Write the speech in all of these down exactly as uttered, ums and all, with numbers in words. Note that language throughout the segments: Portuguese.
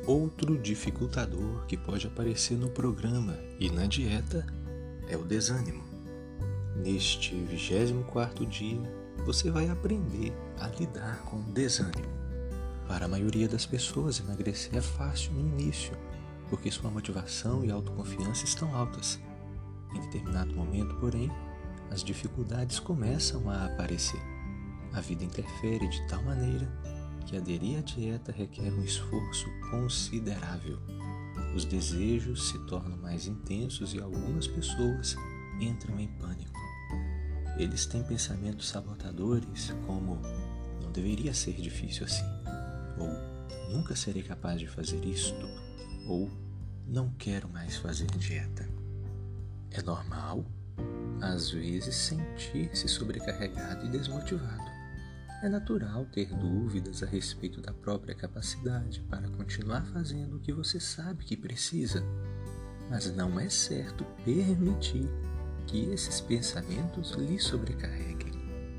Outro dificultador que pode aparecer no programa e na dieta é o desânimo. Neste vigésimo quarto dia, você vai aprender a lidar com o desânimo. Para a maioria das pessoas, emagrecer é fácil no início, porque sua motivação e autoconfiança estão altas. Em determinado momento, porém, as dificuldades começam a aparecer. A vida interfere de tal maneira que aderir à dieta requer um esforço considerável. Os desejos se tornam mais intensos e algumas pessoas entram em pânico. Eles têm pensamentos sabotadores como "não deveria ser difícil assim", ou "nunca serei capaz de fazer isto", ou "não quero mais fazer dieta". É normal, às vezes, sentir-se sobrecarregado e desmotivado. É natural ter dúvidas a respeito da própria capacidade para continuar fazendo o que você sabe que precisa, mas não é certo permitir que esses pensamentos lhe sobrecarreguem.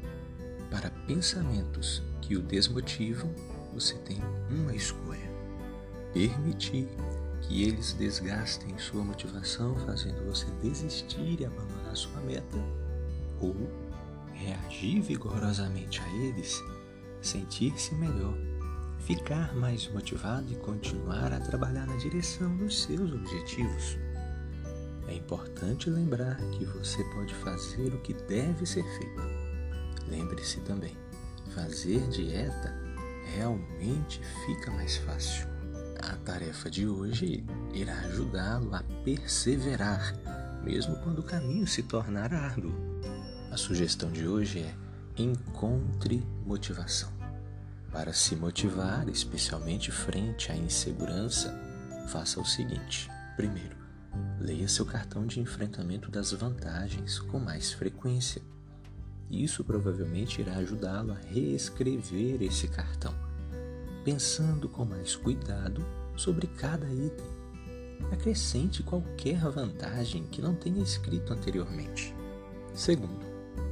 Para pensamentos que o desmotivam, você tem uma escolha: permitir que eles desgastem sua motivação, fazendo você desistir e abandonar sua meta, ou reagir vigorosamente a eles, sentir-se melhor, ficar mais motivado e continuar a trabalhar na direção dos seus objetivos. É importante lembrar que você pode fazer o que deve ser feito. Lembre-se também, fazer dieta realmente fica mais fácil. A tarefa de hoje irá ajudá-lo a perseverar, mesmo quando o caminho se tornar árduo. A sugestão de hoje é: encontre motivação. Para se motivar, especialmente frente à insegurança, faça o seguinte. Primeiro, leia seu cartão de enfrentamento das vantagens com mais frequência. Isso provavelmente irá ajudá-lo a reescrever esse cartão, pensando com mais cuidado sobre cada item. Acrescente qualquer vantagem que não tenha escrito anteriormente. Segundo,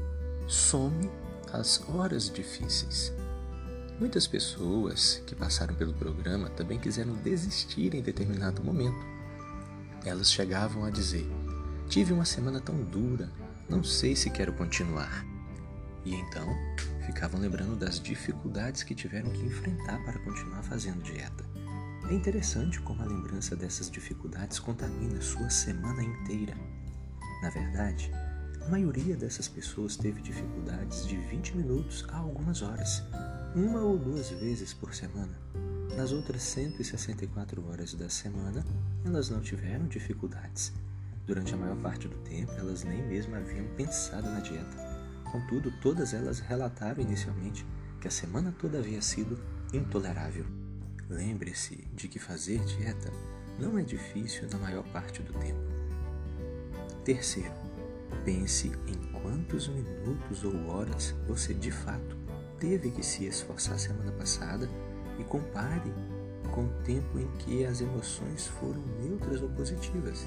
some as horas difíceis. Muitas pessoas que passaram pelo programa também quiseram desistir em determinado momento. Elas chegavam a dizer: "Tive uma semana tão dura, não sei se quero continuar". E então, ficavam lembrando das dificuldades que tiveram que enfrentar para continuar fazendo dieta. É interessante como a lembrança dessas dificuldades contamina sua semana inteira. Na verdade, a maioria dessas pessoas teve dificuldades de vinte minutos a algumas horas, uma ou duas vezes por semana. Nas outras cento e sessenta e quatro horas da semana, elas não tiveram dificuldades. Durante a maior parte do tempo, elas nem mesmo haviam pensado na dieta. Contudo, todas elas relataram inicialmente que a semana toda havia sido intolerável. Lembre-se de que fazer dieta não é difícil na maior parte do tempo. Terceiro, pense em quantos minutos ou horas você de fato teve que se esforçar semana passada e compare com o tempo em que as emoções foram neutras ou positivas.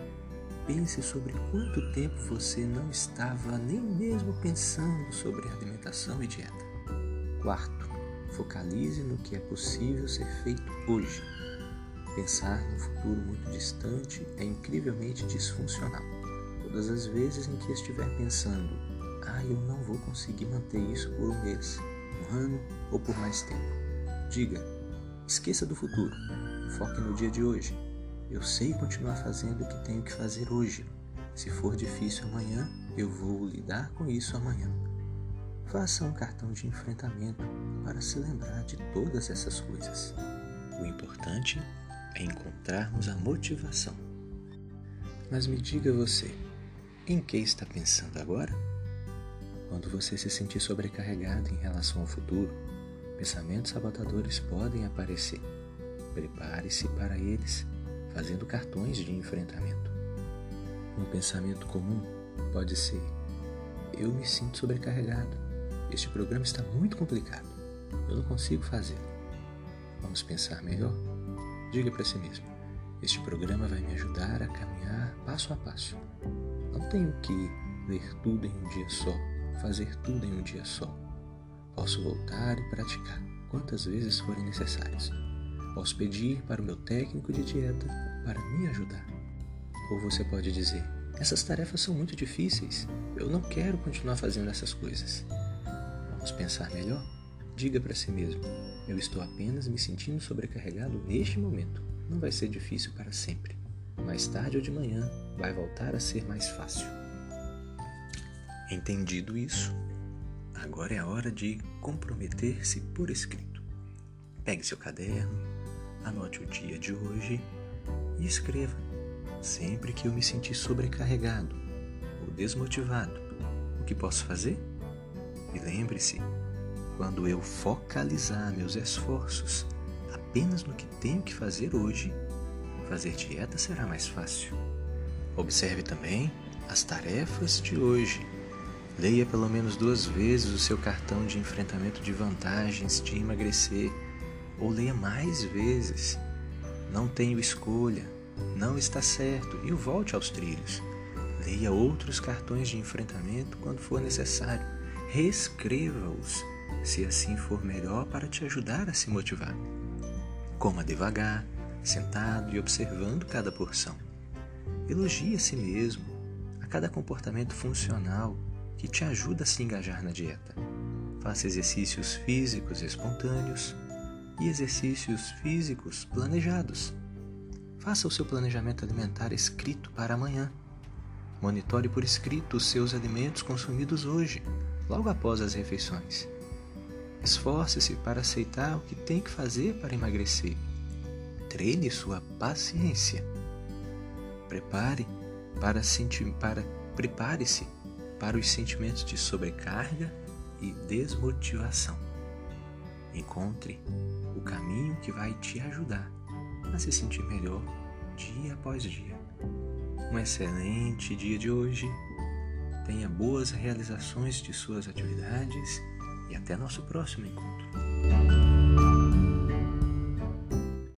Pense sobre quanto tempo você não estava nem mesmo pensando sobre alimentação e dieta. Quarto, focalize no que é possível ser feito hoje. Pensar num futuro muito distante é incrivelmente disfuncional. Todas as vezes em que estiver pensando: "Ah, eu não vou conseguir manter isso por um mês, um ano ou por mais tempo", diga: "Esqueça do futuro, foque no dia de hoje. Eu sei continuar fazendo o que tenho que fazer hoje. Se for difícil amanhã, eu vou lidar com isso amanhã". Faça um cartão de enfrentamento para se lembrar de todas essas coisas. O importante é encontrarmos a motivação. Mas me diga você, em que está pensando agora? Quando você se sentir sobrecarregado em relação ao futuro, pensamentos sabotadores podem aparecer. Prepare-se para eles, fazendo cartões de enfrentamento. Um pensamento comum pode ser: "Eu me sinto sobrecarregado. Este programa está muito complicado. Eu não consigo fazê-lo". Vamos pensar melhor? Diga para si mesmo: "Este programa vai me ajudar a caminhar passo a passo. Não tenho que ler tudo em um dia só, fazer tudo em um dia só. Posso voltar e praticar quantas vezes forem necessárias. Posso pedir para o meu técnico de dieta para me ajudar. Ou você pode dizer: essas tarefas são muito difíceis, eu não quero continuar fazendo essas coisas. Vamos pensar melhor? Diga para si mesmo: eu estou apenas me sentindo sobrecarregado neste momento. Não vai ser difícil para sempre. Mais tarde ou de manhã vai voltar a ser mais fácil. Entendido isso, agora é a hora de comprometer-se por escrito. Pegue seu caderno, anote o dia de hoje e escreva: sempre que eu me sentir sobrecarregado ou desmotivado, o que posso fazer? E lembre-se, quando eu focalizar meus esforços apenas no que tenho que fazer hoje, fazer dieta será mais fácil. Observe também as tarefas de hoje. Leia pelo menos duas vezes o seu cartão de enfrentamento de vantagens de emagrecer, ou leia mais vezes. Não tenho escolha, não está certo, e volte aos trilhos. Leia outros cartões de enfrentamento quando for necessário. Reescreva-os, se assim for melhor para te ajudar a se motivar. Coma devagar, sentado e observando cada porção. Elogie a si mesmo a cada comportamento funcional que te ajuda a se engajar na dieta. Faça exercícios físicos espontâneos e exercícios físicos planejados. Faça o seu planejamento alimentar escrito para amanhã. Monitore por escrito os seus alimentos consumidos hoje, logo após as refeições. Esforce-se para aceitar o que tem que fazer para emagrecer. Treine sua paciência. Prepare para sentir, para prepare-se para os sentimentos de sobrecarga e desmotivação. Encontre o caminho que vai te ajudar a se sentir melhor dia após dia. Um excelente dia de hoje. Tenha boas realizações de suas atividades e até nosso próximo encontro.